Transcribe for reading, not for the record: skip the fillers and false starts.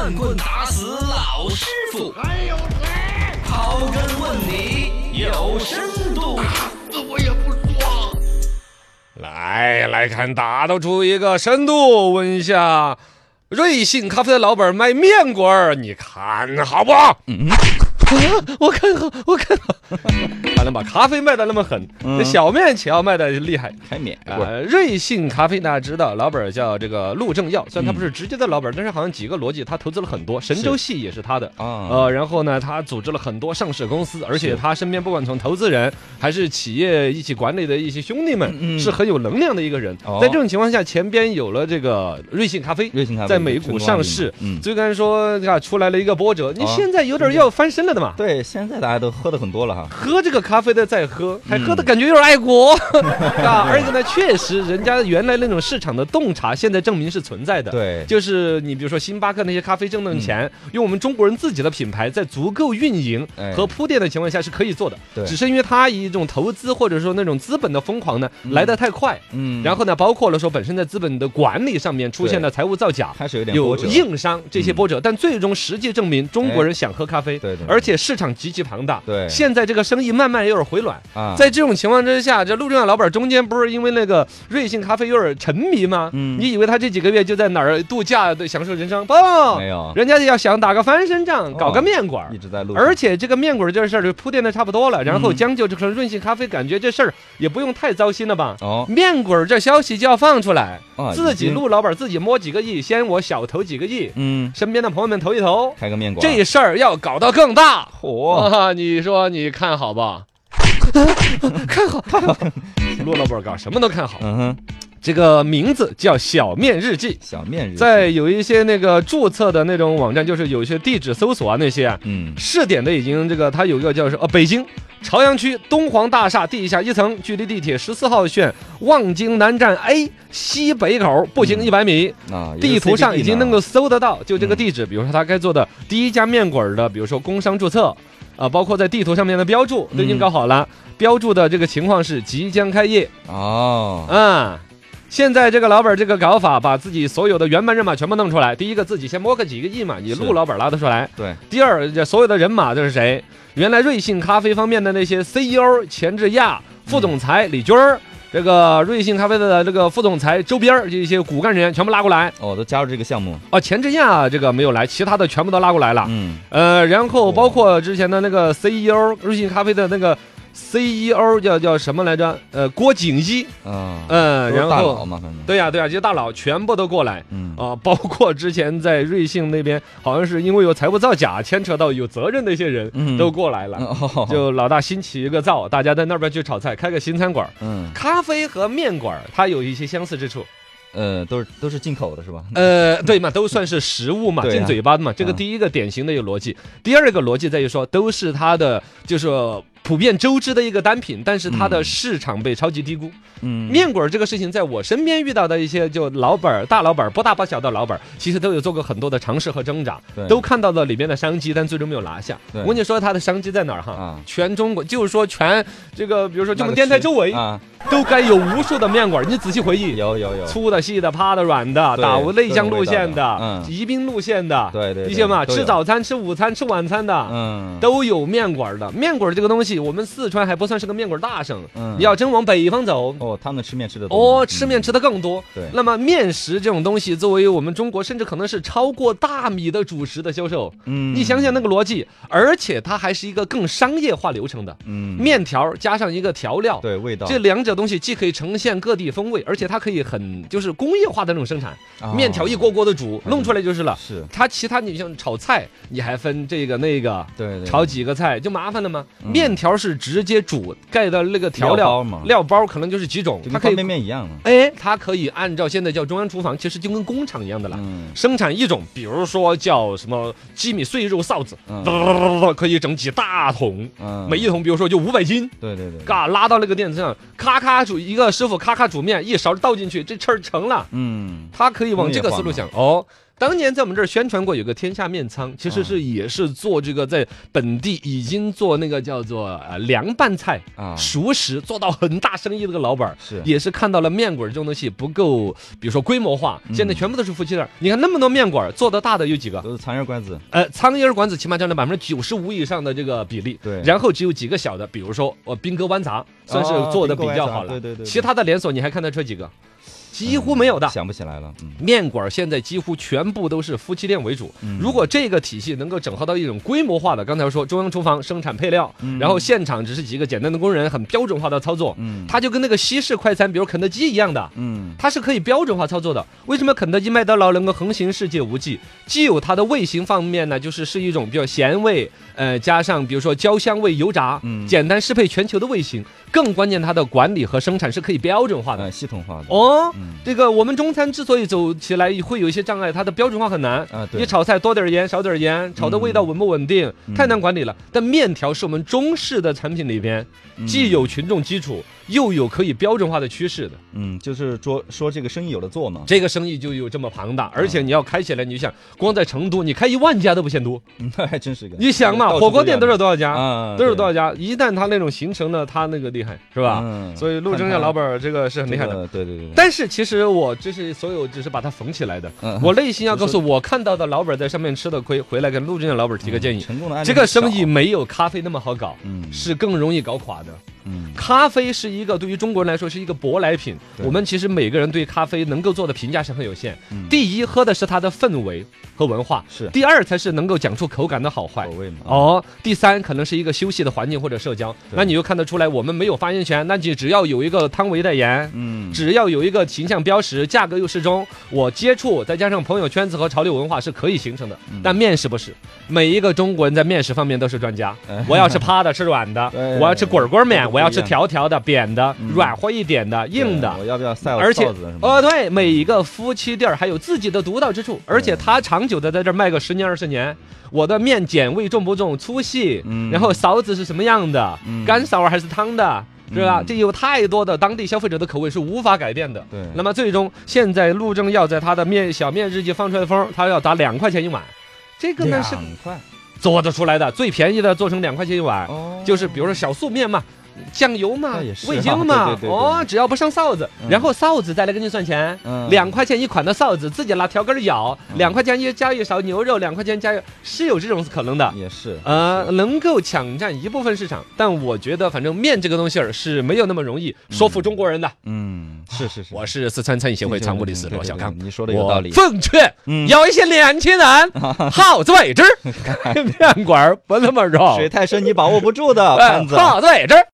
闷棍打死老师傅， 还有谁？ 刨根问底有深度。 我也不说。 来看，打得出一个深度。问一下，瑞幸咖啡的老板卖面馆儿，你看好不好？我看好。还能把咖啡卖的那么狠，那小面且要卖的厉害。 开面瑞幸咖啡大家知道，老板叫这个陆正耀，虽然他不是直接的老板，但是好像几个逻辑他投资了很多，神州系也是他的啊。 然后呢，他组织了很多上市公司，而且他身边不管从投资人还是企业一起管理的一些兄弟们，是很有能量的一个人。在这种情况下，前边有了这个瑞幸咖啡，在美股上市。最刚才说出来了一个波折，你现在有点要翻身了的嘛？ 对，现在大家都喝的很多了哈， 喝这个咖啡的在喝，还喝的感觉有点爱国啊。而且呢，确实人家原来那种市场的洞察，现在证明是存在的。 对， 就是你比如说星巴克那些咖啡挣的钱，用我们中国人自己的品牌，在足够运营和铺垫的情况下是可以做的。 对， 只是因为它以一种投资或者说那种资本的疯狂呢，来得太快。然后呢，包括了说本身在资本的管理上面出现了财务造假， 开始有点有硬伤这些波折，但最终实际证明中国人想喝咖啡， 对， 而且市场极其庞大。 对， 现在这个生意慢慢有点回暖啊。 在这种情况之下，这陆正耀老板中间不是因为那个瑞幸咖啡有点沉迷吗？你以为他这几个月就在哪儿度假的享受人生？不， 没有， 人家要想打个翻身仗，搞个面馆， 一直在录。 而且这个面馆这事儿就铺垫的差不多了，然后将就这个瑞幸咖啡，感觉这事儿也不用太糟心了吧？面馆这消息就要放出来，自己陆老板自己摸几个亿，先我小投几个亿，身边的朋友们投一投， 开个面馆， 这事儿要搞到更大。 嚯！ 你说你看好吧？看好，陆老板搞什么都看好。这个名字叫小面日记，在有一些那个注册的那种网站，就是有一些地址搜索啊那些啊，试点的已经这个，它有一个叫北京朝阳区东皇大厦地下1层，距离地铁14号线望京南站 A 西北口步行100米。地图上已经能够搜得到，就这个地址，比如说他该做的第一家面馆的，比如说工商注册。包括在地图上面的标注都已经搞好了，标注的这个情况是即将开业。现在这个老板这个搞法，把自己所有的原班人马全部弄出来。第一个，自己先摸个几个亿嘛，你陆老板拉得出来。 对。 第二，这所有的人马都是谁？原来瑞幸咖啡方面的那些 CEO 钱志亚、副总裁李军儿。这个瑞幸咖啡的这个副总裁周边这些骨干人员全部拉过来， 都加入这个项目。 钱志亚这个没有来，其他的全部都拉过来了。然后包括之前的那个 CEO 瑞幸咖啡的那个 CEO 叫什么来着？郭景一。然后大佬嘛，反正对呀，这些大佬全部都过来。包括之前在瑞幸那边，好像是因为有财务造假牵扯到有责任的一些人都过来了。就老大新起一个灶，大家在那边去炒菜，开个新餐馆。咖啡和面馆它有一些相似之处。 都是进口的是吧？ 对嘛，都算是食物嘛，进嘴巴的嘛。这个第一个典型的有逻辑。第二个逻辑在于说，都是它的就是普遍周知的一个单品，但是它的市场被超级低估。面馆这个事情，在我身边遇到的一些就大老板不大不小的老板，其实都有做过很多的尝试和挣扎，都看到了里面的商机，但最终没有拿下。我跟你说，它的商机在哪儿哈？全中国，就是说全这个，比如说就我们电台周围都该有无数的面馆。你仔细回忆， 有粗的、细的、趴的、软的，打内江路线的，宜宾路线的， 对， 一些嘛，吃早餐、吃午餐、吃晚餐的，都有面馆的。面馆这个东西，我们四川还不算是个面馆大省，你要真往北方走， 他们吃面吃的多， 吃面吃的更多。 对， 那么面食这种东西，作为我们中国，甚至可能是超过大米的主食的销售。你想想那个逻辑，而且它还是一个更商业化流程的。面条加上一个调料， 对，味道， 这两者东西既可以呈现各地风味，而且它可以很就是工业化的那种生产。面条一锅锅的煮，弄出来就是了。 是它其他你像炒菜，你还分这个那个， 对， 炒几个菜就麻烦了吗？面条是直接煮，盖的那个调料料包可能就是几种，它可以面一样嘛。 它可以按照现在叫中央厨房，其实就跟工厂一样的了。生产一种，比如说叫什么鸡米碎肉臊子，可以整几大桶，每一桶比如说就500斤。 对， 嘎拉到那个电子上，咔咔煮一个师傅，咔咔煮面，一勺倒进去，这事儿成了。他可以往这个思路想。 当年在我们这儿宣传过有个天下面仓，其实也是做这个在本地已经做那个叫做凉拌菜熟食做到很大生意的个老板，也是看到了面馆这种东西不够，比如说规模化，现在全部都是夫妻店。你看那么多面馆做得大的有几个？ 都是苍蝇馆子。 苍蝇馆子起码占了95%以上的这个比例。 对， 然后只有几个小的，比如说兵哥湾杂算是做的比较好了。 对。 其他的连锁你还看得出几个？几乎没有的， 想不起来了。 面馆现在几乎全部都是夫妻店为主。如果这个体系能够整合到一种规模化的，刚才说中央厨房生产配料，然后现场只是几个简单的工人，很标准化的操作，它就跟那个西式快餐，比如肯德基一样的，它是可以标准化操作的。为什么肯德基、麦当劳能够横行世界无际？既有它的味型方面呢，是一种比较咸味，加上比如说焦香味、油炸，简单适配全球的味型。更关键，它的管理和生产是可以标准化的、 系统化的。 这个我们中餐之所以走起来会有一些障碍，它的标准化很难。你炒菜多点盐少点盐，炒的味道稳不稳定，太难管理了。但面条是我们中式的产品里边，既有群众基础，又有可以标准化的趋势的。 就是说这个生意有的做嘛， 这个生意就有这么庞大，而且你要开起来，你想光在成都，你开10000家都不嫌多。 那还真是个。 你想嘛，火锅店都是多少家？都是多少家？一旦他那种形成了，他那个厉害是吧？所以陆正耀老板这个是很厉害的。 对。 但是其实我这是所有只是把它缝起来的。我内心要告诉我看到的老板在上面吃的亏，回来跟陆正耀老板提个建议。 成功的案例这个生意没有咖啡那么好搞，是更容易搞垮的。咖啡是一个对于中国人来说是一个舶来品，我们其实每个人对咖啡能够做的评价是很有限。第一，喝的是它的氛围和文化；第二，才是能够讲出口感的好坏。 口味嘛。 第三，可能是一个休息的环境或者社交。那你又看得出来，我们没有发言权，那你只要有一个汤唯代言，只要有一个形象标识，价格又适中，我接触再加上朋友圈子和潮流文化是可以形成的。但面食不是，每一个中国人在面食方面都是专家。我要吃趴的，吃软的；我要吃滚滚面，我要吃条条的、扁的、软和一点的、硬的。 我要不要塞而且臊子？ 对，每一个夫妻店还有自己的独到之处，而且他长久的在这儿卖个10年20年，我的面碱味重不重、粗细，然后臊子是什么样的，干臊还是汤的。是吧？这有太多的当地消费者的口味是无法改变的。 对。 那么最终，现在陆正耀在他的小面日记放出来风，他要打2块钱一碗，这个呢是 2块做得出来的，最便宜的做成2块钱一碗，就是比如说小素面嘛。酱油嘛，味精嘛，只要不上臊子，然后臊子再来给你算钱，2块钱一款的臊子，自己拿条根舀，2块钱加一勺牛肉，2块钱加是有这种可能的， 也是能够抢占一部分市场，但我觉得反正面这个东西是没有那么容易说服中国人的。 是， 我是四川餐饮协会常务理事罗小刚， 你说的有道理。 我奉劝有一些年轻人好自为之，面馆不那么肉， 水太深你把握不住的， 好自为之。